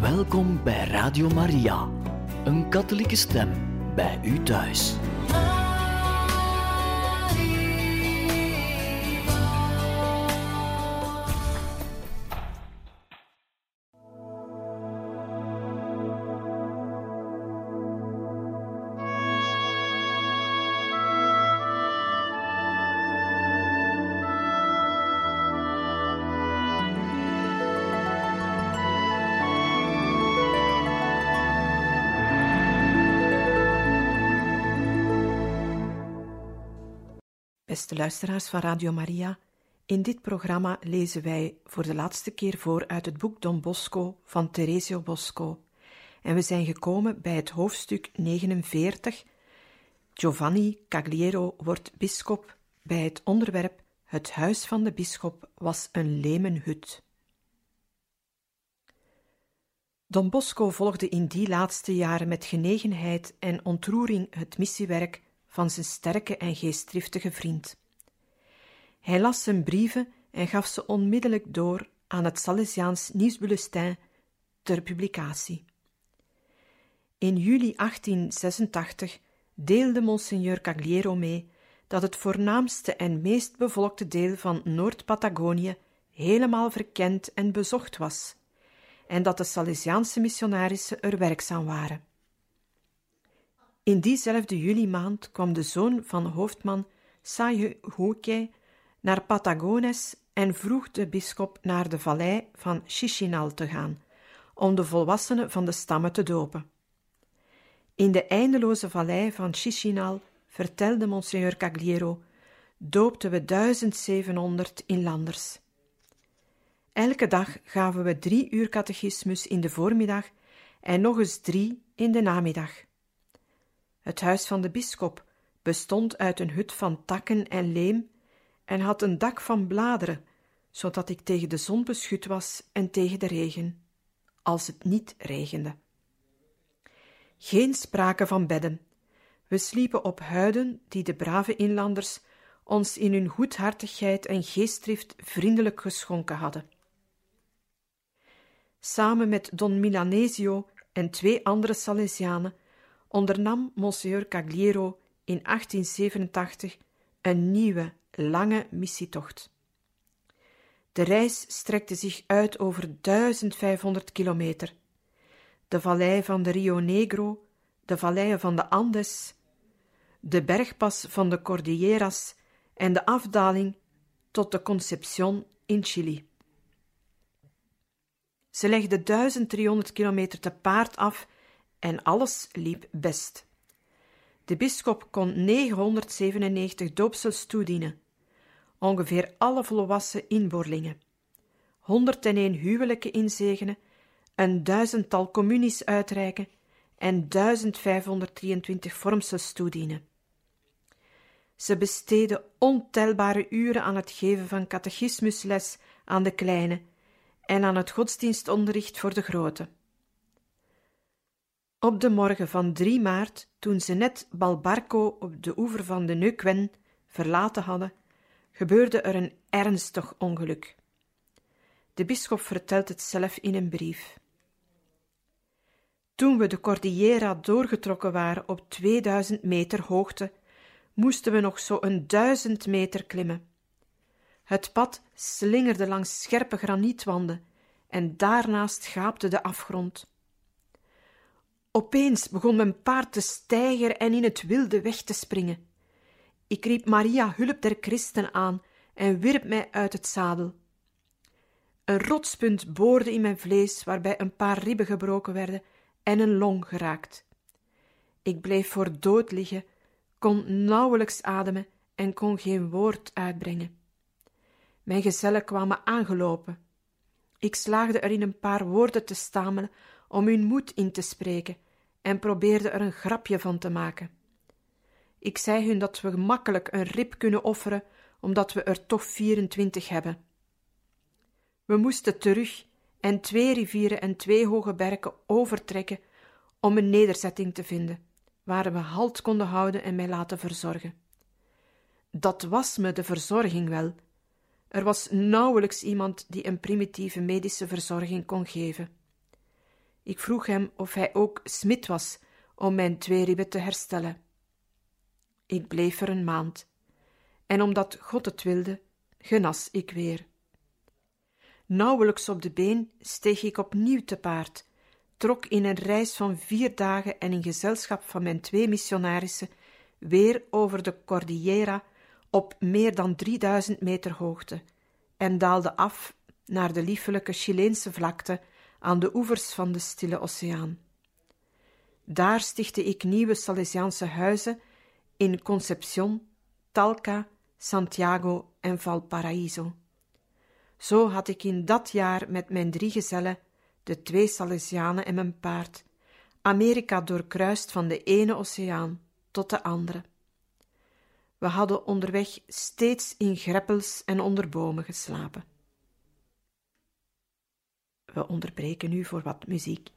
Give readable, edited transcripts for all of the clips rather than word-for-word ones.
Welkom bij Radio Maria, een katholieke stem bij u thuis. Beste luisteraars van Radio Maria, in dit programma lezen wij voor de laatste keer voor uit het boek Don Bosco van Teresio Bosco. En we zijn gekomen bij het hoofdstuk 49. Giovanni Cagliero wordt bisschop bij het onderwerp Het huis van de bisschop was een lemen hut. Don Bosco volgde in die laatste jaren met genegenheid en ontroering het missiewerk van zijn sterke en geestdriftige vriend. Hij las zijn brieven en gaf ze onmiddellijk door aan het Salesiaans Nieuwsbulletin ter publicatie. In juli 1886 deelde Monseigneur Cagliero mee dat het voornaamste en meest bevolkte deel van Noord-Patagonië helemaal verkend en bezocht was, en dat de Salesiaanse missionarissen er werkzaam waren. In diezelfde juli-maand kwam de zoon van hoofdman Sayhuke naar Patagones en vroeg de bisschop naar de vallei van Chichinal te gaan, om de volwassenen van de stammen te dopen. In de eindeloze vallei van Chichinal, vertelde Monseigneur Cagliero, doopten we 1700 inlanders. Elke dag gaven we 3 uur catechismus in de voormiddag en nog eens 3 in de namiddag. Het huis van de bisschop bestond uit een hut van takken en leem en had een dak van bladeren, zodat ik tegen de zon beschut was en tegen de regen, als het niet regende. Geen sprake van bedden. We sliepen op huiden die de brave inlanders ons in hun goedhartigheid en geestdrift vriendelijk geschonken hadden. Samen met Don Milanesio en 2 andere Salesianen ondernam Monseigneur Cagliero in 1887 een nieuwe, lange missietocht. De reis strekte zich uit over 1500 kilometer. De vallei van de Rio Negro, de valleien van de Andes, de bergpas van de Cordilleras en de afdaling tot de Concepción in Chili. Ze legde 1300 kilometer te paard af en alles liep best. De bisschop kon 997 doopsels toedienen, ongeveer alle volwassen inboorlingen, 101 huwelijken inzegenen, een 1000-tal communies uitreiken en 1523 vormsels toedienen. Ze besteedde ontelbare uren aan het geven van catechismusles aan de kleine en aan het godsdienstonderricht voor de grote. Op de morgen van 3 maart, toen ze net Balbarco op de oever van de Neuquén verlaten hadden, gebeurde er een ernstig ongeluk. De bisschop vertelt het zelf in een brief. Toen we de Cordillera doorgetrokken waren op 2000 meter hoogte, moesten we nog zo'n 1000 meter klimmen. Het pad slingerde langs scherpe granietwanden en daarnaast gaapte de afgrond. Opeens begon mijn paard te steigeren en in het wilde weg te springen. Ik riep Maria hulp der Christen aan en wierp mij uit het zadel. Een rotspunt boorde in mijn vlees, waarbij een paar ribben gebroken werden en een long geraakt. Ik bleef voor dood liggen, kon nauwelijks ademen en kon geen woord uitbrengen. Mijn gezellen kwamen aangelopen. Ik slaagde erin een paar woorden te stamelen om hun moed in te spreken en probeerde er een grapje van te maken. Ik zei hun dat we gemakkelijk een rib kunnen offeren, omdat we er toch 24 hebben. We moesten terug en 2 rivieren en 2 hoge berken overtrekken om een nederzetting te vinden, waar we halt konden houden en mij laten verzorgen. Dat was me de verzorging wel. Er was nauwelijks iemand die een primitieve medische verzorging kon geven. Ik vroeg hem of hij ook smid was om mijn 2 ribben te herstellen. Ik bleef er een maand, en omdat God het wilde, genas ik weer. Nauwelijks op de been steeg ik opnieuw te paard, trok in een reis van 4 dagen en in gezelschap van mijn 2 missionarissen weer over de Cordillera op meer dan 3000 meter hoogte en daalde af naar de liefelijke Chileense vlakte aan de oevers van de Stille Oceaan. Daar stichtte ik nieuwe Salesiaanse huizen in Concepción, Talca, Santiago en Valparaíso. Zo had ik in dat jaar met mijn 3 gezellen, de 2 Salesianen en mijn paard, Amerika doorkruist van de ene oceaan tot de andere. We hadden onderweg steeds in greppels en onder bomen geslapen. We onderbreken nu voor wat muziek.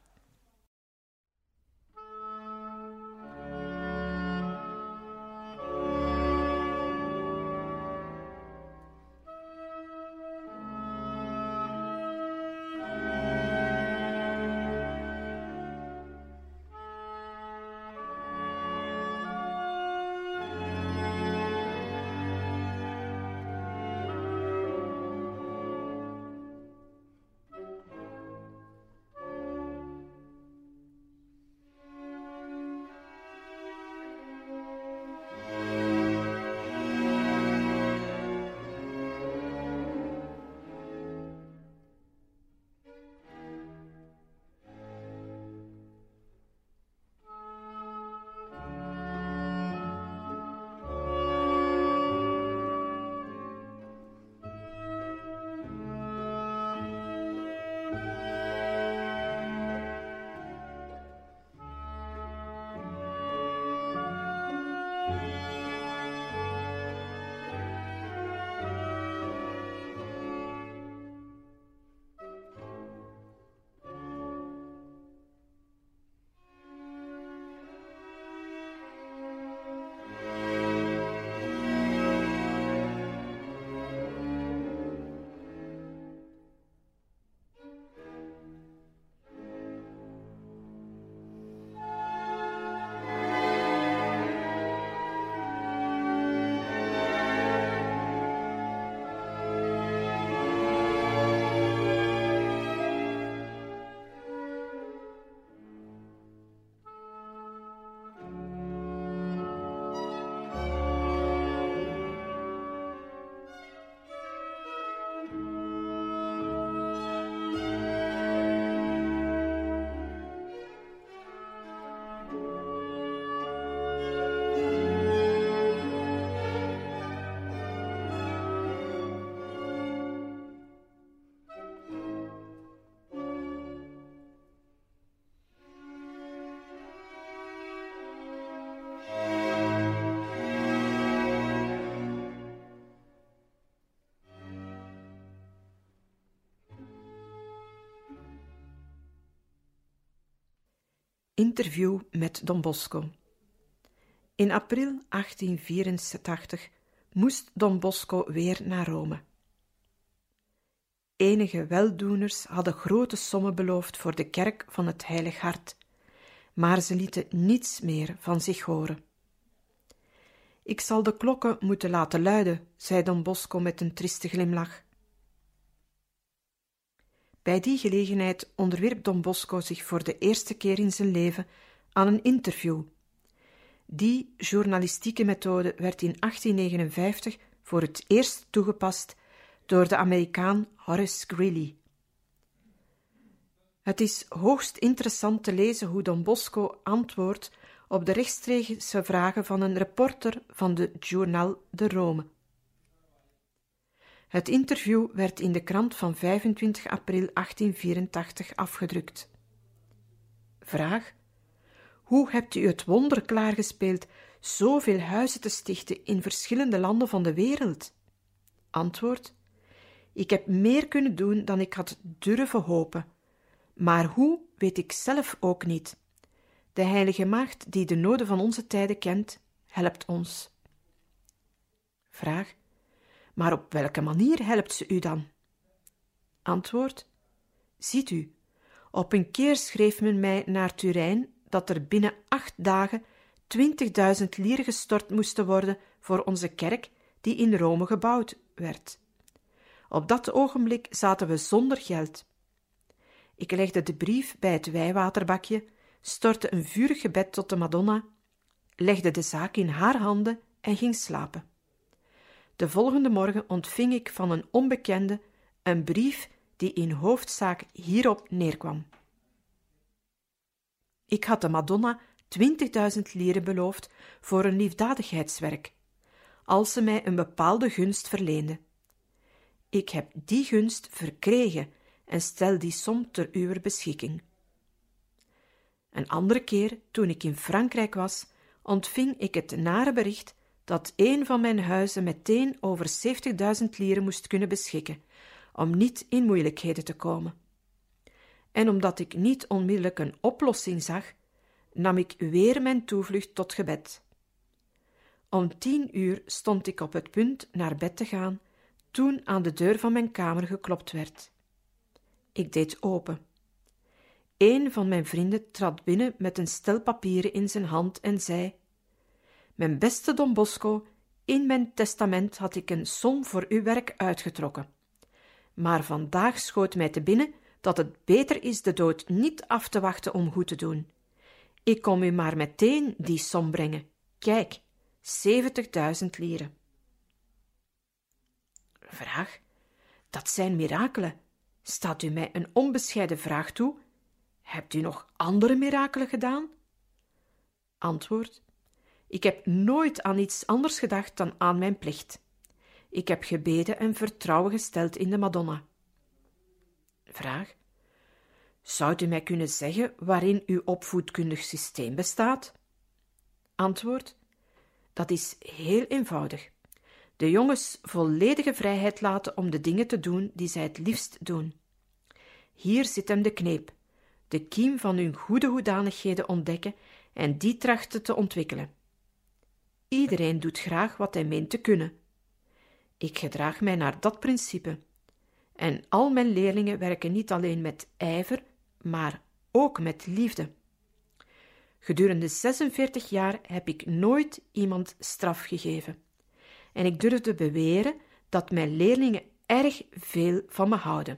Interview met Don Bosco. In april 1884 moest Don Bosco weer naar Rome. Enige weldoeners hadden grote sommen beloofd voor de kerk van het Heilig Hart, maar ze lieten niets meer van zich horen. Ik zal de klokken moeten laten luiden, zei Don Bosco met een trieste glimlach. Bij die gelegenheid onderwierp Don Bosco zich voor de eerste keer in zijn leven aan een interview. Die journalistieke methode werd in 1859 voor het eerst toegepast door de Amerikaan Horace Greeley. Het is hoogst interessant te lezen hoe Don Bosco antwoordt op de rechtstreekse vragen van een reporter van de Journal de Rome. Het interview werd in de krant van 25 april 1884 afgedrukt. Vraag: hoe hebt u het wonder klaargespeeld zoveel huizen te stichten in verschillende landen van de wereld? Antwoord: ik heb meer kunnen doen dan ik had durven hopen, maar hoe weet ik zelf ook niet. De Heilige Maagd, die de noden van onze tijden kent, helpt ons. Vraag: maar op welke manier helpt ze u dan? Antwoord: ziet u, Op een keer schreef men mij naar Turijn dat er binnen 8 dagen 20.000 lieren gestort moesten worden voor onze kerk die in Rome gebouwd werd. Op dat ogenblik zaten we zonder geld. Ik legde de brief bij het wijwaterbakje, stortte een vurig gebed tot de Madonna, legde de zaak in haar handen en ging slapen. De volgende morgen ontving ik van een onbekende een brief die in hoofdzaak hierop neerkwam. Ik had de Madonna 20.000 lieren beloofd voor een liefdadigheidswerk, als ze mij een bepaalde gunst verleende. Ik heb die gunst verkregen en stel die som ter uwer beschikking. Een andere keer, toen ik in Frankrijk was, ontving ik het nare bericht dat een van mijn huizen meteen over 70.000 lieren moest kunnen beschikken, om niet in moeilijkheden te komen. En omdat ik niet onmiddellijk een oplossing zag, nam ik weer mijn toevlucht tot gebed. Om 10 uur stond ik op het punt naar bed te gaan, toen aan de deur van mijn kamer geklopt werd. Ik deed open. Een van mijn vrienden trad binnen met een stel papieren in zijn hand en zei: Mijn beste Don Bosco, in mijn testament had ik een som voor uw werk uitgetrokken. Maar vandaag schoot mij te binnen dat het beter is de dood niet af te wachten om goed te doen. Ik kom u maar meteen die som brengen. Kijk, 70.000 lieren. Vraag: dat zijn mirakelen. Staat u mij een onbescheiden vraag toe? Hebt u nog andere mirakelen gedaan? Antwoord: ik heb nooit aan iets anders gedacht dan aan mijn plicht. Ik heb gebeden en vertrouwen gesteld in de Madonna. Vraag: zou u mij kunnen zeggen waarin uw opvoedkundig systeem bestaat? Antwoord: dat is heel eenvoudig. De jongens volledige vrijheid laten om de dingen te doen die zij het liefst doen. Hier zit hem de kneep: de kiem van hun goede hoedanigheden ontdekken en die trachten te ontwikkelen. Iedereen doet graag wat hij meent te kunnen. Ik gedraag mij naar dat principe. En al mijn leerlingen werken niet alleen met ijver, maar ook met liefde. Gedurende 46 jaar heb ik nooit iemand straf gegeven. En ik durf te beweren dat mijn leerlingen erg veel van me houden.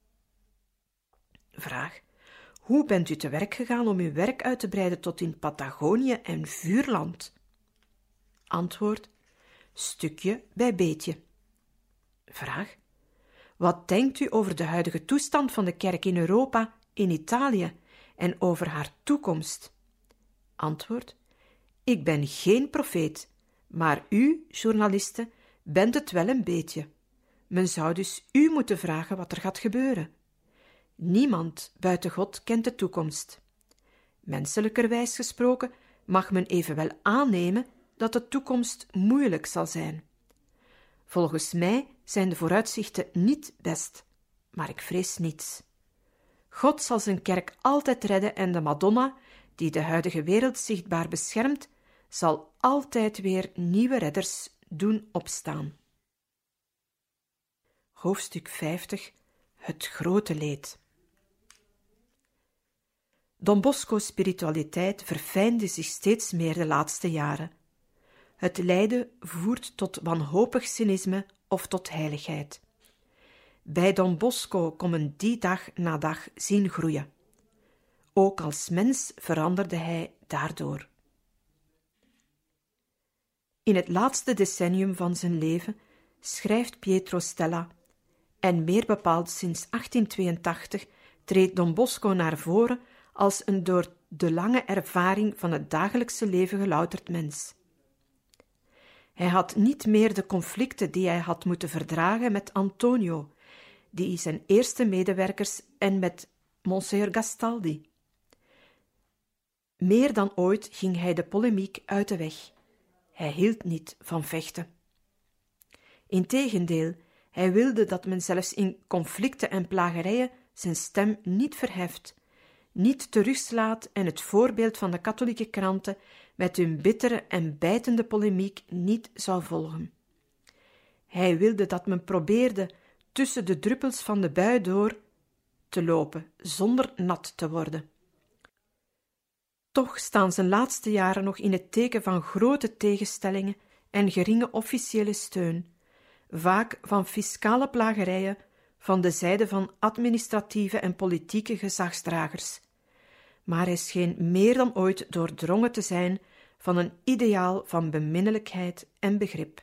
Vraag: hoe bent u te werk gegaan om uw werk uit te breiden tot in Patagonië en Vuurland? Antwoord: stukje bij beetje. Vraag: wat denkt u over de huidige toestand van de kerk in Europa, in Italië en over haar toekomst? Antwoord: ik ben geen profeet, maar u, journalisten, bent het wel een beetje. Men zou dus u moeten vragen wat er gaat gebeuren. Niemand buiten God kent de toekomst. Menselijkerwijs gesproken mag men evenwel aannemen dat de toekomst moeilijk zal zijn. Volgens mij zijn de vooruitzichten niet best, maar ik vrees niets. God zal zijn kerk altijd redden en de Madonna, die de huidige wereld zichtbaar beschermt, zal altijd weer nieuwe redders doen opstaan. Hoofdstuk 50: Het grote leed. Don Bosco's spiritualiteit verfijnde zich steeds meer de laatste jaren. Het lijden voert tot wanhopig cynisme of tot heiligheid. Bij Don Bosco kon men die dag na dag zien groeien. Ook als mens veranderde hij daardoor. In het laatste decennium van zijn leven schrijft Pietro Stella, en meer bepaald sinds 1882 treedt Don Bosco naar voren als een door de lange ervaring van het dagelijkse leven gelouterd mens. Hij had niet meer de conflicten die hij had moeten verdragen met Antonio, die zijn eerste medewerkers, en met Monsignor Gastaldi. Meer dan ooit ging hij de polemiek uit de weg. Hij hield niet van vechten. Integendeel, hij wilde dat men zelfs in conflicten en plagerijen zijn stem niet verheft, niet terugslaat en het voorbeeld van de katholieke kranten met hun bittere en bijtende polemiek niet zou volgen. Hij wilde dat men probeerde tussen de druppels van de bui door te lopen zonder nat te worden. Toch staan zijn laatste jaren nog in het teken van grote tegenstellingen en geringe officiële steun, vaak van fiscale plagerijen van de zijde van administratieve en politieke gezagsdragers. Maar hij scheen meer dan ooit doordrongen te zijn van een ideaal van beminnelijkheid en begrip.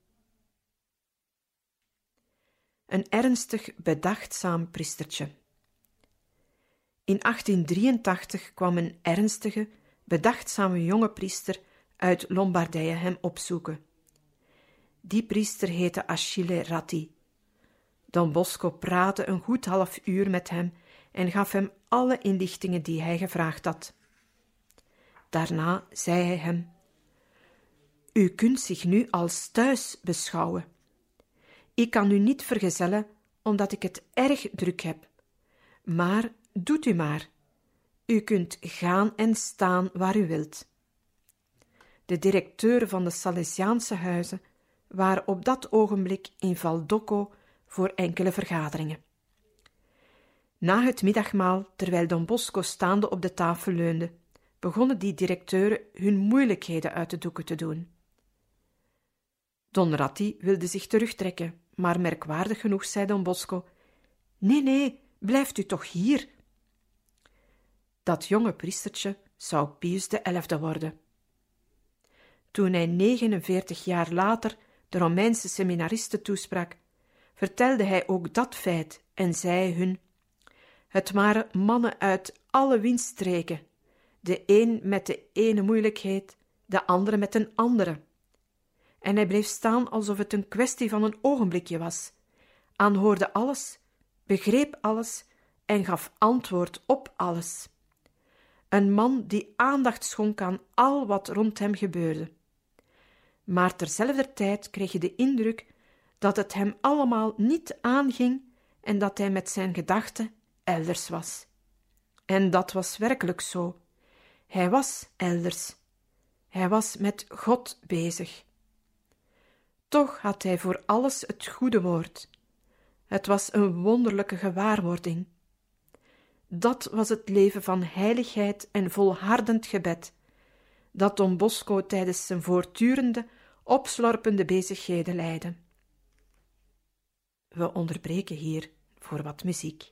Een ernstig, bedachtzaam priestertje. In 1883 kwam een ernstige, bedachtzame jonge priester uit Lombardije hem opzoeken. Die priester heette Achille Ratti. Don Bosco praatte een goed half uur met hem en gaf hem alle inlichtingen die hij gevraagd had. Daarna zei hij hem: U kunt zich nu als thuis beschouwen. Ik kan u niet vergezellen, omdat ik het erg druk heb. Maar doet u maar. U kunt gaan en staan waar u wilt. De directeuren van de Salesiaanse huizen waren op dat ogenblik in Valdocco voor enkele vergaderingen. Na het middagmaal, terwijl Don Bosco staande op de tafel leunde, begonnen die directeuren hun moeilijkheden uit de doeken te doen. Don Ratti wilde zich terugtrekken, maar merkwaardig genoeg zei Don Bosco: Nee, blijft u toch hier. Dat jonge priestertje zou Pius XI worden. Toen hij 49 jaar later de Romeinse seminaristen toesprak, vertelde hij ook dat feit en zei hun: Het waren mannen uit alle windstreken, de een met de ene moeilijkheid, de andere met een andere. En hij bleef staan alsof het een kwestie van een ogenblikje was, aanhoorde alles, begreep alles en gaf antwoord op alles. Een man die aandacht schonk aan al wat rond hem gebeurde. Maar terzelfder tijd kreeg je de indruk dat het hem allemaal niet aanging en dat hij met zijn gedachten elders was. En dat was werkelijk zo. Hij was elders. Hij was met God bezig. Toch had hij voor alles het goede woord. Het was een wonderlijke gewaarwording. Dat was het leven van heiligheid en volhardend gebed, dat Don Bosco tijdens zijn voortdurende, opslorpende bezigheden leidde. We onderbreken hier voor wat muziek.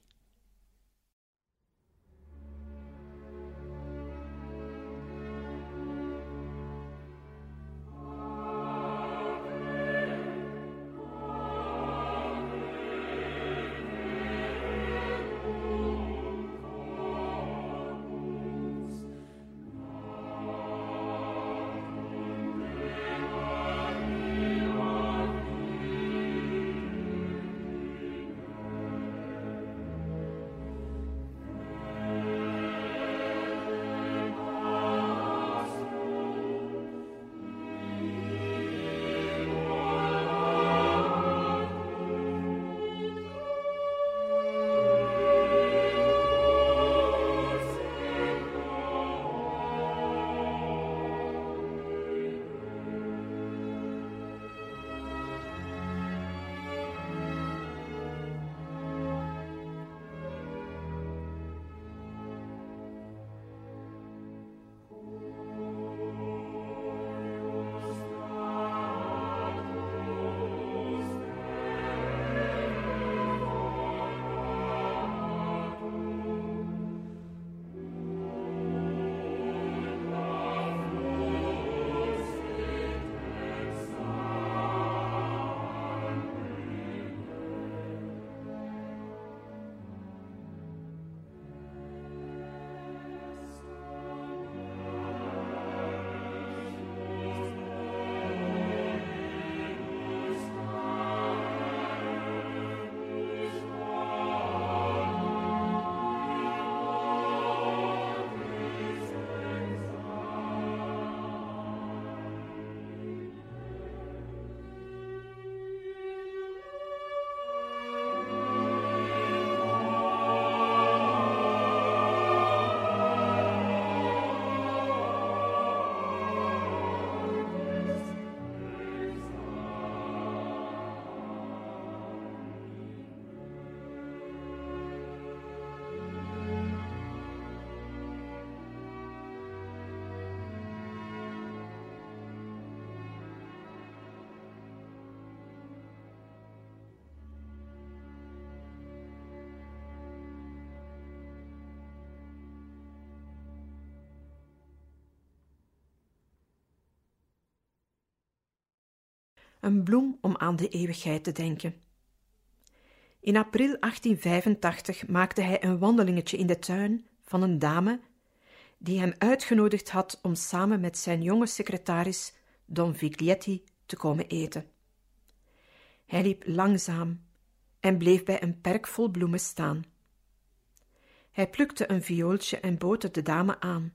een bloem om aan de eeuwigheid te denken. In april 1885 maakte hij een wandelingetje in de tuin van een dame die hem uitgenodigd had om samen met zijn jonge secretaris Don Viglietti te komen eten. Hij liep langzaam en bleef bij een perk vol bloemen staan. Hij plukte een viooltje en bood het de dame aan.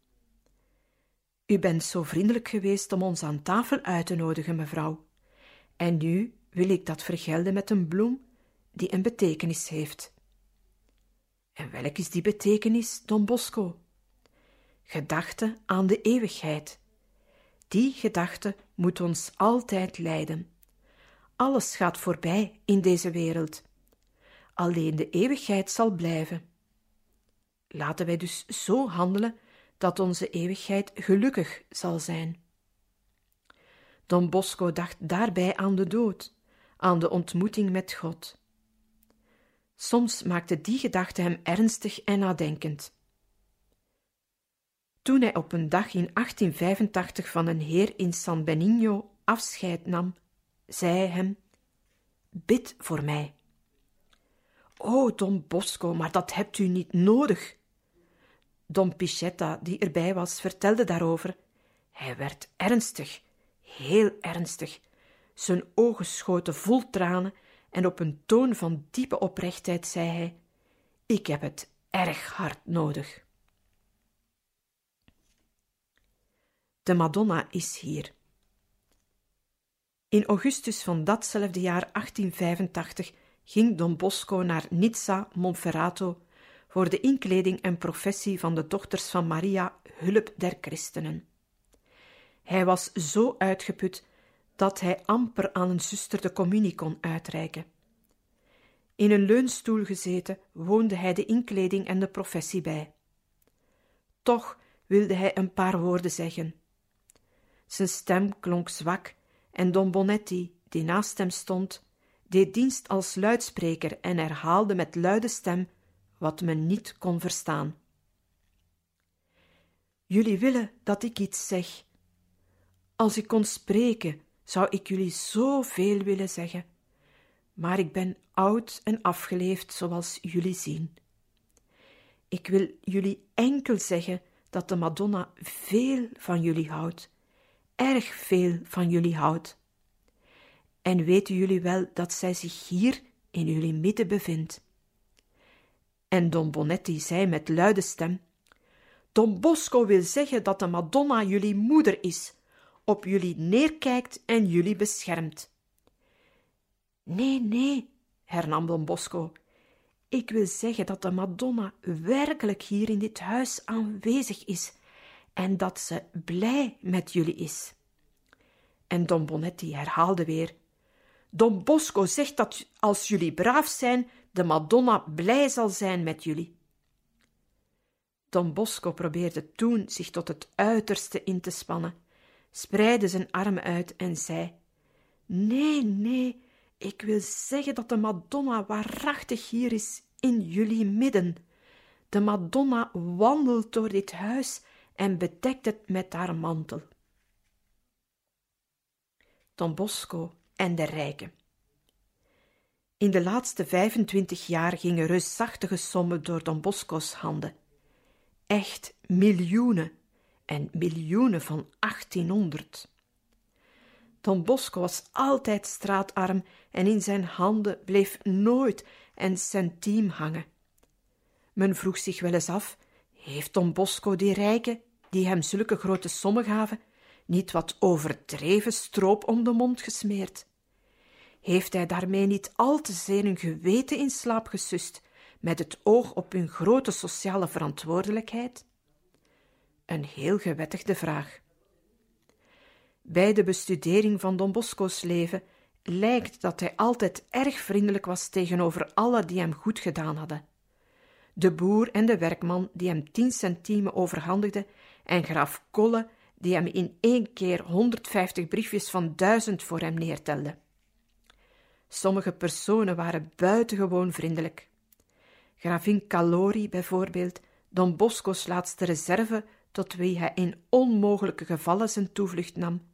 U bent zo vriendelijk geweest om ons aan tafel uit te nodigen, mevrouw. En nu wil ik dat vergelden met een bloem die een betekenis heeft. En welk is die betekenis, Don Bosco? Gedachte aan de eeuwigheid. Die gedachte moet ons altijd leiden. Alles gaat voorbij in deze wereld. Alleen de eeuwigheid zal blijven. Laten wij dus zo handelen dat onze eeuwigheid gelukkig zal zijn. Don Bosco dacht daarbij aan de dood, aan de ontmoeting met God. Soms maakte die gedachte hem ernstig en nadenkend. Toen hij op een dag in 1885 van een heer in San Benigno afscheid nam, zei hij hem: bid voor mij. O, Don Bosco, maar dat hebt u niet nodig. Don Pichetta, die erbij was, vertelde daarover. Hij werd ernstig, heel ernstig. Zijn ogen schoten vol tranen en op een toon van diepe oprechtheid zei hij: ik heb het erg hard nodig. De Madonna is hier. In augustus van datzelfde jaar 1885 ging Don Bosco naar Nizza Monferrato voor de inkleding en professie van de dochters van Maria, hulp der christenen. Hij was zo uitgeput dat hij amper aan een zuster de communie kon uitreiken. In een leunstoel gezeten woonde hij de inkleding en de professie bij. Toch wilde hij een paar woorden zeggen. Zijn stem klonk zwak en Don Bonetti, die naast hem stond, deed dienst als luidspreker en herhaalde met luide stem wat men niet kon verstaan. Jullie willen dat ik iets zeg. Als ik kon spreken, zou ik jullie zoveel willen zeggen, maar ik ben oud en afgeleefd zoals jullie zien. Ik wil jullie enkel zeggen dat de Madonna veel van jullie houdt, erg veel van jullie houdt. En weten jullie wel dat zij zich hier in jullie midden bevindt? En Don Bonetti zei met luide stem: Don Bosco wil zeggen dat de Madonna jullie moeder is, op jullie neerkijkt en jullie beschermt. Nee, nee, hernam Don Bosco. Ik wil zeggen dat de Madonna werkelijk hier in dit huis aanwezig is en dat ze blij met jullie is. En Don Bonetti herhaalde weer: Don Bosco zegt dat als jullie braaf zijn, de Madonna blij zal zijn met jullie. Don Bosco probeerde toen zich tot het uiterste in te spannen, spreidde zijn armen uit en zei: Nee, nee, ik wil zeggen dat de Madonna waarachtig hier is in jullie midden. De Madonna wandelt door dit huis en bedekt het met haar mantel. Don Bosco en de rijken. In de laatste 25 jaar gingen reusachtige sommen door Don Bosco's handen. Echt miljoenen en miljoenen van 1800. Don Bosco was altijd straatarm en in zijn handen bleef nooit een centiem hangen. Men vroeg zich wel eens af, heeft Don Bosco die rijken, die hem zulke grote sommen gaven, niet wat overdreven stroop om de mond gesmeerd? Heeft hij daarmee niet al te zeer hun geweten in slaap gesust, met het oog op hun grote sociale verantwoordelijkheid? Een heel gewettigde vraag. Bij de bestudering van Don Bosco's leven lijkt dat hij altijd erg vriendelijk was tegenover allen die hem goed gedaan hadden. De boer en de werkman die hem 10 centiemen overhandigden en graaf Kolle die hem in 1 keer 150 briefjes van 1000 voor hem neertelde. Sommige personen waren buitengewoon vriendelijk. Gravin Calori bijvoorbeeld, Don Bosco's laatste reserve, tot wie hij in onmogelijke gevallen zijn toevlucht nam,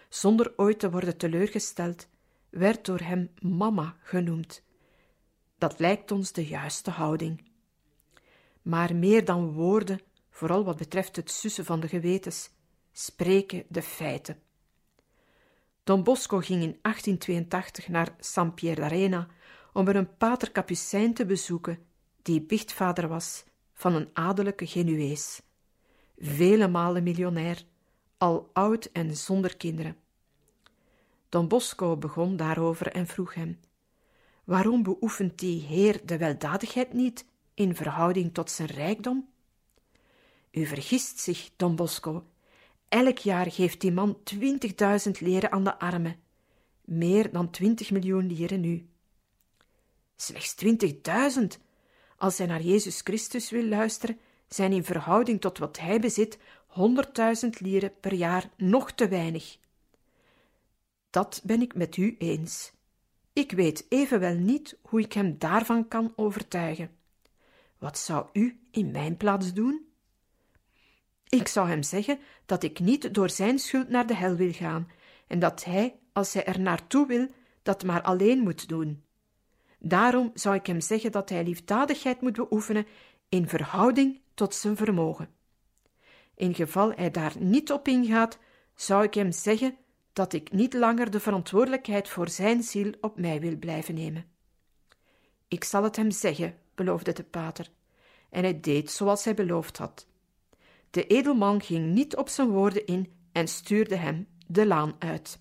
zonder ooit te worden teleurgesteld, werd door hem mama genoemd. Dat lijkt ons de juiste houding. Maar meer dan woorden, vooral wat betreft het sussen van de gewetens, spreken de feiten. Don Bosco ging in 1882 naar San Pierdarena om er een pater Capucijn te bezoeken die biechtvader was van een adellijke Genuees, vele malen miljonair, al oud en zonder kinderen. Don Bosco begon daarover en vroeg hem: waarom beoefent die heer de weldadigheid niet in verhouding tot zijn rijkdom? U vergist zich, Don Bosco. Elk jaar geeft die man 20.000 leren aan de armen, meer dan 20 miljoen lieren nu. Slechts 20.000? Als hij naar Jezus Christus wil luisteren, zijn in verhouding tot wat hij bezit 100.000 lieren per jaar nog te weinig. Dat ben ik met u eens. Ik weet evenwel niet hoe ik hem daarvan kan overtuigen. Wat zou u in mijn plaats doen? Ik zou hem zeggen dat ik niet door zijn schuld naar de hel wil gaan en dat hij, als hij er naartoe wil, dat maar alleen moet doen. Daarom zou ik hem zeggen dat hij liefdadigheid moet beoefenen in verhouding tot zijn vermogen. In geval hij daar niet op ingaat, zou ik hem zeggen dat ik niet langer de verantwoordelijkheid voor zijn ziel op mij wil blijven nemen. Ik zal het hem zeggen, beloofde de pater, en hij deed zoals hij beloofd had. De edelman ging niet op zijn woorden in en stuurde hem de laan uit.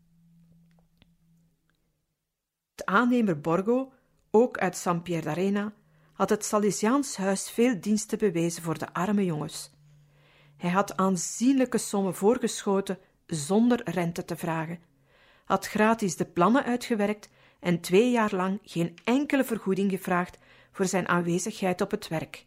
De aannemer Borgo, ook uit San Pierdarena, had het Salesiaans huis veel diensten bewezen voor de arme jongens. Hij had aanzienlijke sommen voorgeschoten zonder rente te vragen, had gratis de plannen uitgewerkt en 2 jaar lang geen enkele vergoeding gevraagd voor zijn aanwezigheid op het werk.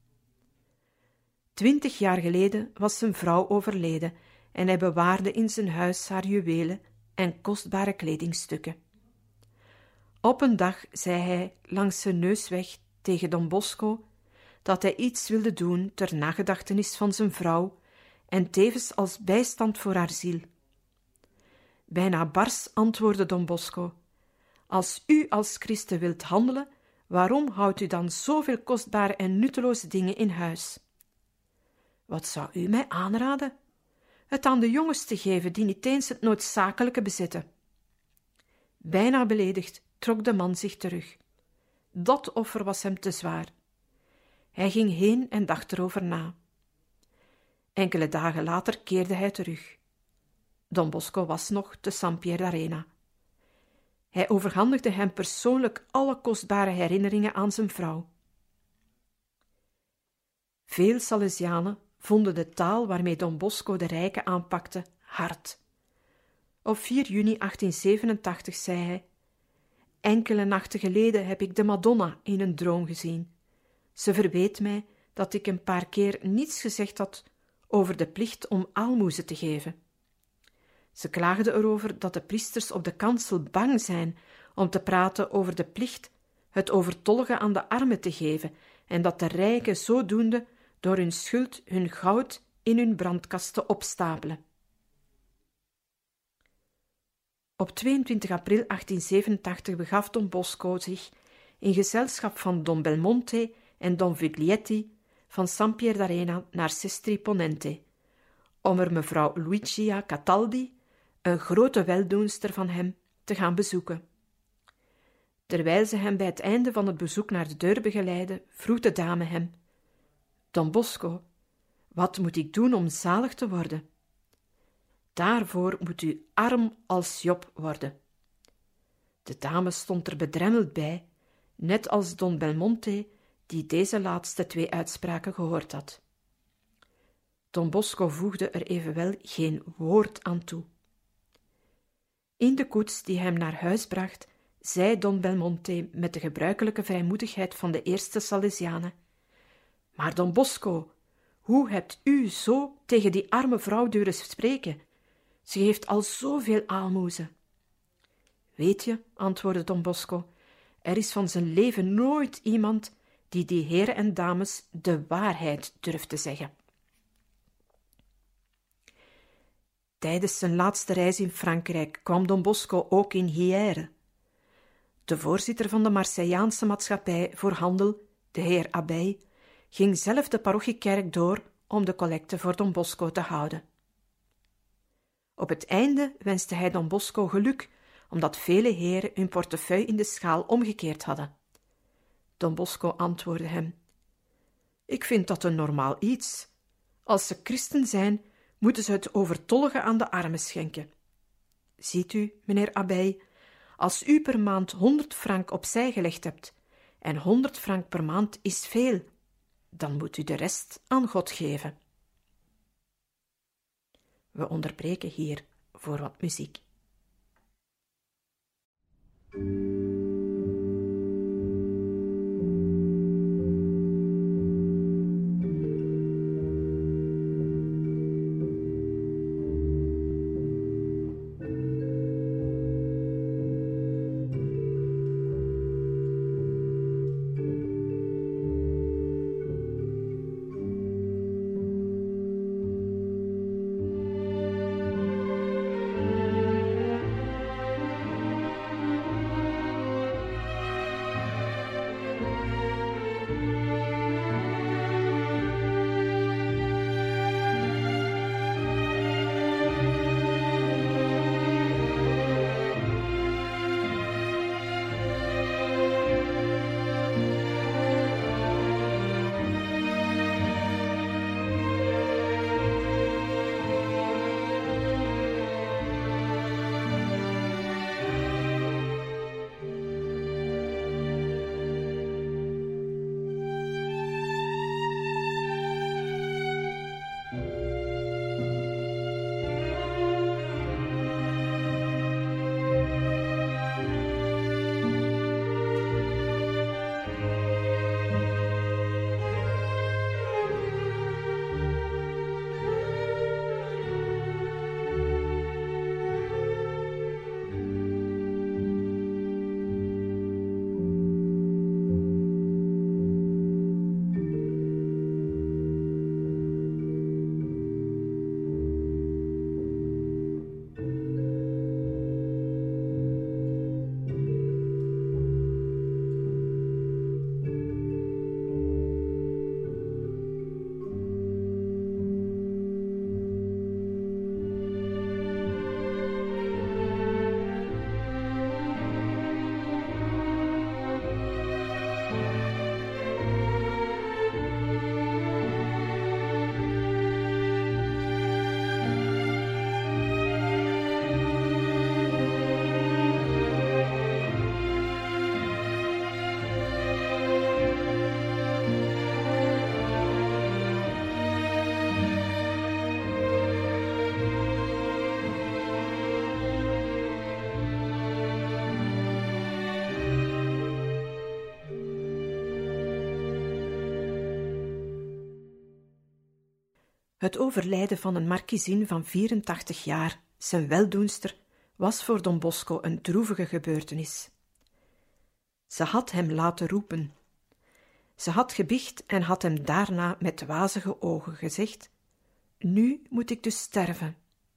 20 jaar geleden was zijn vrouw overleden en hij bewaarde in zijn huis haar juwelen en kostbare kledingstukken. Op een dag zei hij langs zijn neus weg tegen Don Bosco dat hij iets wilde doen ter nagedachtenis van zijn vrouw en tevens als bijstand voor haar ziel. Bijna bars antwoordde Don Bosco: als u als christen wilt handelen, waarom houdt u dan zoveel kostbare en nutteloze dingen in huis? Wat zou u mij aanraden? Het aan de jongens te geven die niet eens het noodzakelijke bezitten. Bijna beledigd trok de man zich terug. Dat offer was hem te zwaar. Hij ging heen en dacht erover na. Enkele dagen later keerde hij terug. Don Bosco was nog te San Pierdarena. Hij overhandigde hem persoonlijk alle kostbare herinneringen aan zijn vrouw. Veel Salesianen vonden de taal waarmee Don Bosco de rijken aanpakte hard. Op 4 juni 1887 zei hij: enkele nachten geleden heb ik de Madonna in een droom gezien. Ze verweet mij dat ik een paar keer niets gezegd had over de plicht om aalmoezen te geven. Ze klaagde erover dat de priesters op de kansel bang zijn om te praten over de plicht het overtollige aan de armen te geven en dat de rijken zodoende door hun schuld hun goud in hun brandkasten opstapelen. Op 22 april 1887 begaf Don Bosco zich in gezelschap van Don Belmonte en Don Viglietti van San Pierdarena naar Sestri Ponente, om er mevrouw Luigia Cataldi, een grote weldoenster van hem, te gaan bezoeken. Terwijl ze hem bij het einde van het bezoek naar de deur begeleidde, vroeg de dame hem: Don Bosco, wat moet ik doen om zalig te worden? Daarvoor moet u arm als Job worden. De dame stond er bedremmeld bij, net als Don Belmonte, die deze laatste 2 uitspraken gehoord had. Don Bosco voegde er evenwel geen woord aan toe. In de koets die hem naar huis bracht, zei Don Belmonte met de gebruikelijke vrijmoedigheid van de eerste Salesianen: maar Don Bosco, hoe hebt u zo tegen die arme vrouw durven spreken? Ze geeft al zoveel aalmoezen. Weet je, antwoordde Don Bosco, er is van zijn leven nooit iemand die die heren en dames de waarheid durft te zeggen. Tijdens zijn laatste reis in Frankrijk kwam Don Bosco ook in Hyères. De voorzitter van de Marseilliaanse maatschappij voor handel, de heer Abeille, ging zelf de parochiekerk door om de collecte voor Don Bosco te houden. Op het einde wenste hij Don Bosco geluk, omdat vele heren hun portefeuille in de schaal omgekeerd hadden. Don Bosco antwoordde hem: Ik vind dat een normaal iets. Als ze christen zijn, moeten ze het overtollige aan de armen schenken. Ziet u, meneer Abeille, als u per maand 100 frank opzij gelegd hebt, en 100 frank per maand is veel, dan moet u de rest aan God geven. We onderbreken hier voor wat muziek. Het overlijden van een markiezin van 84 jaar, zijn weldoenster, was voor Don Bosco een droevige gebeurtenis. Ze had hem laten roepen. Ze had gebiecht en had hem daarna met wazige ogen gezegd: Nu moet ik dus sterven.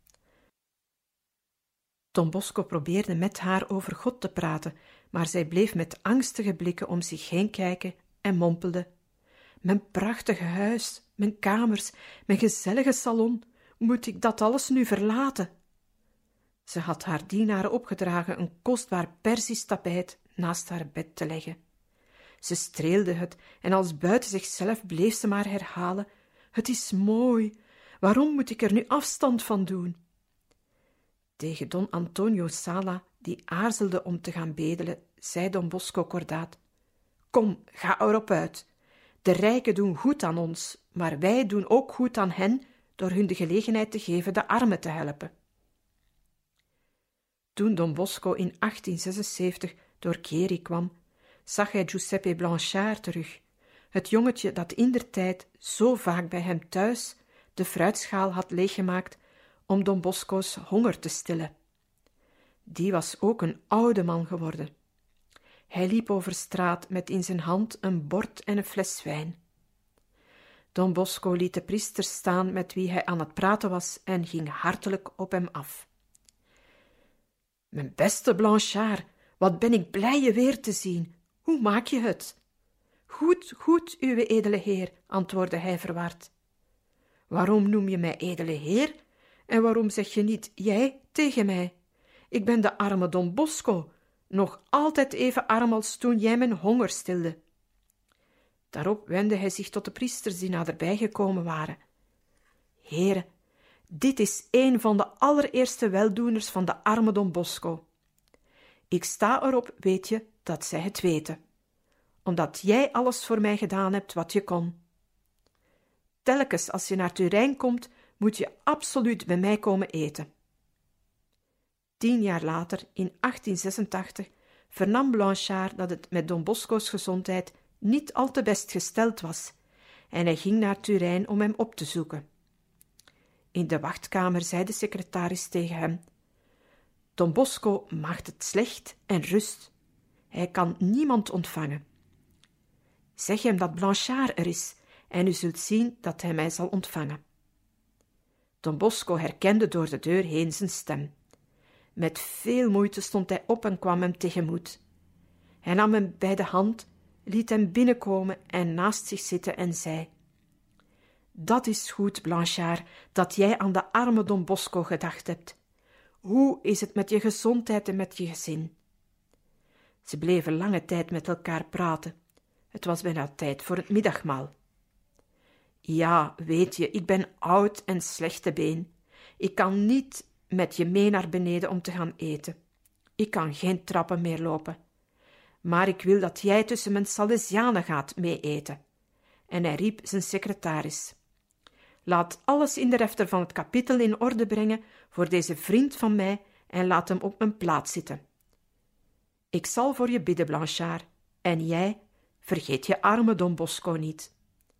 Don Bosco probeerde met haar over God te praten, maar zij bleef met angstige blikken om zich heen kijken en mompelde: Mijn prachtige huis, mijn kamers, mijn gezellige salon, moet ik dat alles nu verlaten? Ze had haar dienaren opgedragen een kostbaar Perzisch tapijt naast haar bed te leggen. Ze streelde het en als buiten zichzelf bleef ze maar herhalen: Het is mooi, waarom moet ik er nu afstand van doen? Tegen Don Antonio Sala, die aarzelde om te gaan bedelen, zei Don Bosco kordaat: Kom, ga erop uit. De rijken doen goed aan ons, maar wij doen ook goed aan hen door hun de gelegenheid te geven de armen te helpen. Toen Don Bosco in 1876 door Chieri kwam, zag hij Giuseppe Blanchard terug, het jongetje dat indertijd zo vaak bij hem thuis de fruitschaal had leeggemaakt om Don Bosco's honger te stillen. Die was ook een oude man geworden. Hij liep over straat met in zijn hand een bord en een fles wijn. Don Bosco liet de priester staan met wie hij aan het praten was en ging hartelijk op hem af. Mijn beste Blanchard, wat ben ik blij je weer te zien. Hoe maak je het? Goed, goed, uwe edele heer, antwoordde hij verward. Waarom noem je mij edele heer? En waarom zeg je niet jij tegen mij? Ik ben de arme Don Bosco, nog altijd even arm als toen jij mijn honger stilde. Daarop wendde hij zich tot de priesters die naderbij gekomen waren. Heren, dit is een van de allereerste weldoeners van de arme Don Bosco. Ik sta erop, weet je, dat zij het weten, omdat jij alles voor mij gedaan hebt wat je kon. Telkens als je naar Turijn komt, moet je absoluut bij mij komen eten. 10 jaar later, in 1886, vernam Blanchard dat het met Don Bosco's gezondheid niet al te best gesteld was, en hij ging naar Turijn om hem op te zoeken. In de wachtkamer zei de secretaris tegen hem: Don Bosco maakt het slecht en rust. Hij kan niemand ontvangen. Zeg hem dat Blanchard er is, en u zult zien dat hij mij zal ontvangen. Don Bosco herkende door de deur heen zijn stem. Met veel moeite stond hij op en kwam hem tegemoet. Hij nam hem bij de hand, liet hem binnenkomen en naast zich zitten en zei: Dat is goed, Blanchard, dat jij aan de arme Don Bosco gedacht hebt. Hoe is het met je gezondheid en met je gezin? Ze bleven lange tijd met elkaar praten. Het was bijna tijd voor het middagmaal. Ja, weet je, ik ben oud en slecht te been. Ik kan niet met je mee naar beneden om te gaan eten. Ik kan geen trappen meer lopen. Maar ik wil dat jij tussen mijn Salesianen gaat mee eten. En hij riep zijn secretaris: Laat alles in de refter van het kapittel in orde brengen voor deze vriend van mij en laat hem op mijn plaats zitten. Ik zal voor je bidden, Blanchard, en jij, vergeet je arme Don Bosco niet.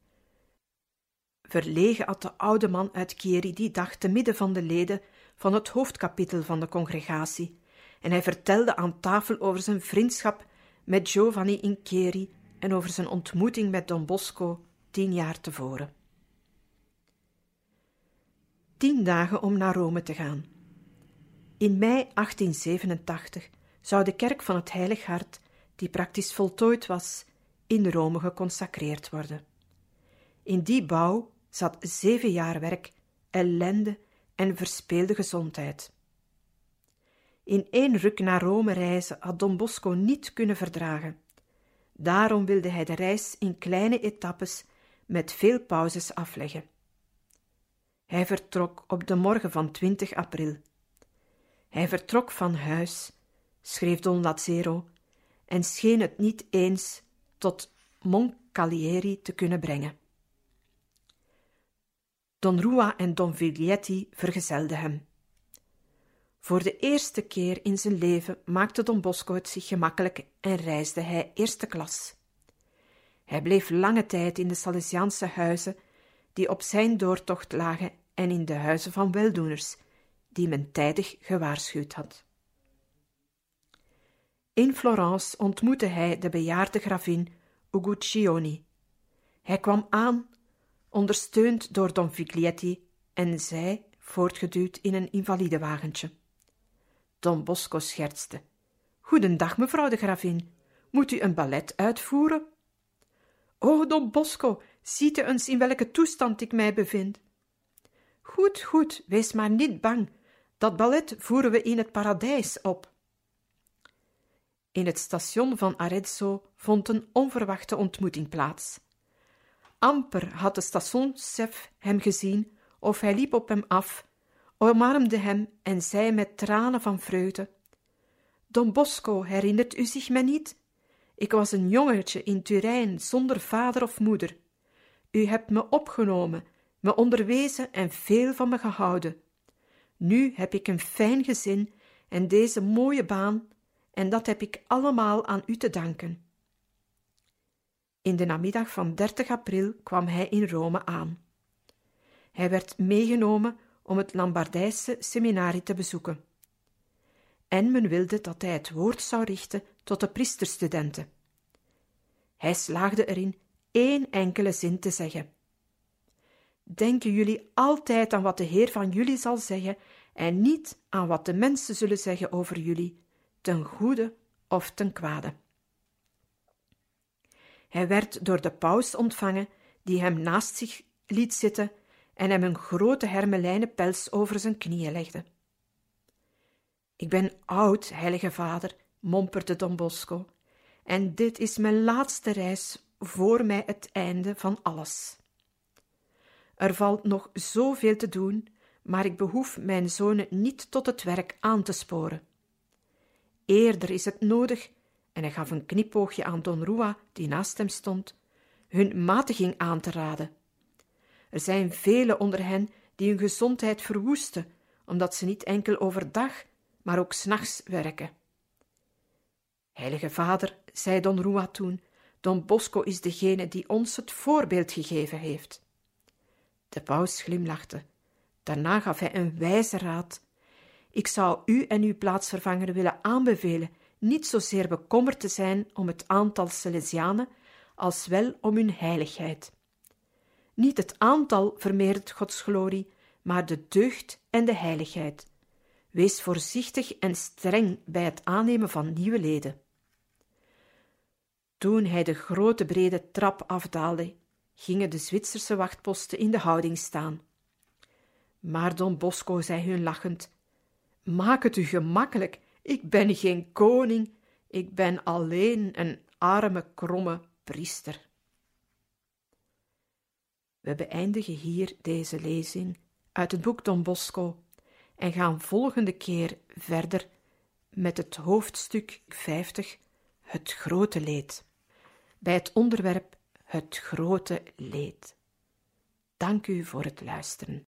Verlegen had de oude man uit Chieri die dag te midden van de leden van het hoofdkapittel van de congregatie, en hij vertelde aan tafel over zijn vriendschap met Giovanni in Chieri en over zijn ontmoeting met Don Bosco 10 jaar tevoren. 10 dagen om naar Rome te gaan. In mei 1887 zou de kerk van het Heilig Hart, die praktisch voltooid was, in Rome geconsacreerd worden. In die bouw zat 7 jaar werk, ellende en verspeelde gezondheid. In 1 ruk naar Rome reizen had Don Bosco niet kunnen verdragen. Daarom wilde hij de reis in kleine etappes met veel pauzes afleggen. Hij vertrok op de morgen van 20 april. Hij vertrok van huis, schreef Don Lazzero, en scheen het niet eens tot Moncalieri te kunnen brengen. Don Rua en Don Viglietti vergezelden hem. Voor de eerste keer in zijn leven maakte Don Bosco het zich gemakkelijk en reisde hij eerste klas. Hij bleef lange tijd in de Salesiaanse huizen die op zijn doortocht lagen en in de huizen van weldoeners die men tijdig gewaarschuwd had. In Florence ontmoette hij de bejaarde gravin Uguccioni. Hij kwam aan, ondersteund door Don Viglietti, en zij voortgeduwd in een invalidewagentje. Don Bosco schertste: Goedendag, mevrouw de gravin, moet u een ballet uitvoeren? O, Don Bosco, ziet u eens in welke toestand ik mij bevind? Goed, goed, wees maar niet bang, dat ballet voeren we in het paradijs op. In het station van Arezzo vond een onverwachte ontmoeting plaats. Amper had de stationschef hem gezien of hij liep op hem af, omarmde hem en zei met tranen van vreugde: Don Bosco, herinnert u zich mij niet? Ik was een jongetje in Turijn zonder vader of moeder. U hebt me opgenomen, me onderwezen en veel van me gehouden. Nu heb ik een fijn gezin en deze mooie baan, en dat heb ik allemaal aan u te danken. In de namiddag van 30 april kwam hij in Rome aan. Hij werd meegenomen om het Lombardijse seminarie te bezoeken. En men wilde dat hij het woord zou richten tot de priesterstudenten. Hij slaagde erin 1 enkele zin te zeggen: denken jullie altijd aan wat de Heer van jullie zal zeggen en niet aan wat de mensen zullen zeggen over jullie, ten goede of ten kwade. Hij werd door de paus ontvangen, die hem naast zich liet zitten en hem een grote hermelijnen pels over zijn knieën legde. Ik ben oud, heilige vader, momperde Don Bosco, en dit is mijn laatste reis voor mij het einde van alles. Er valt nog zoveel te doen, maar ik behoef mijn zonen niet tot het werk aan te sporen. Eerder is het nodig, en hij gaf een knipoogje aan Don Rua, die naast hem stond, hun matiging aan te raden. Er zijn velen onder hen die hun gezondheid verwoesten, omdat ze niet enkel overdag, maar ook 's nachts werken. Heilige vader, zei Don Rua toen, Don Bosco is degene die ons het voorbeeld gegeven heeft. De paus glimlachte. Daarna gaf hij een wijze raad. Ik zou u en uw plaatsvervanger willen aanbevelen niet zozeer bekommerd te zijn om het aantal Salesianen, als wel om hun heiligheid. Niet het aantal vermeerdert Gods glorie, maar de deugd en de heiligheid. Wees voorzichtig en streng bij het aannemen van nieuwe leden. Toen hij de grote brede trap afdaalde, gingen de Zwitserse wachtposten in de houding staan. Maar Don Bosco zei hun lachend: maak het u gemakkelijk, ik ben geen koning, ik ben alleen een arme, kromme priester. We beëindigen hier deze lezing uit het boek Don Bosco en gaan volgende keer verder met het hoofdstuk 50, het grote leed. Bij het onderwerp het grote leed. Dank u voor het luisteren.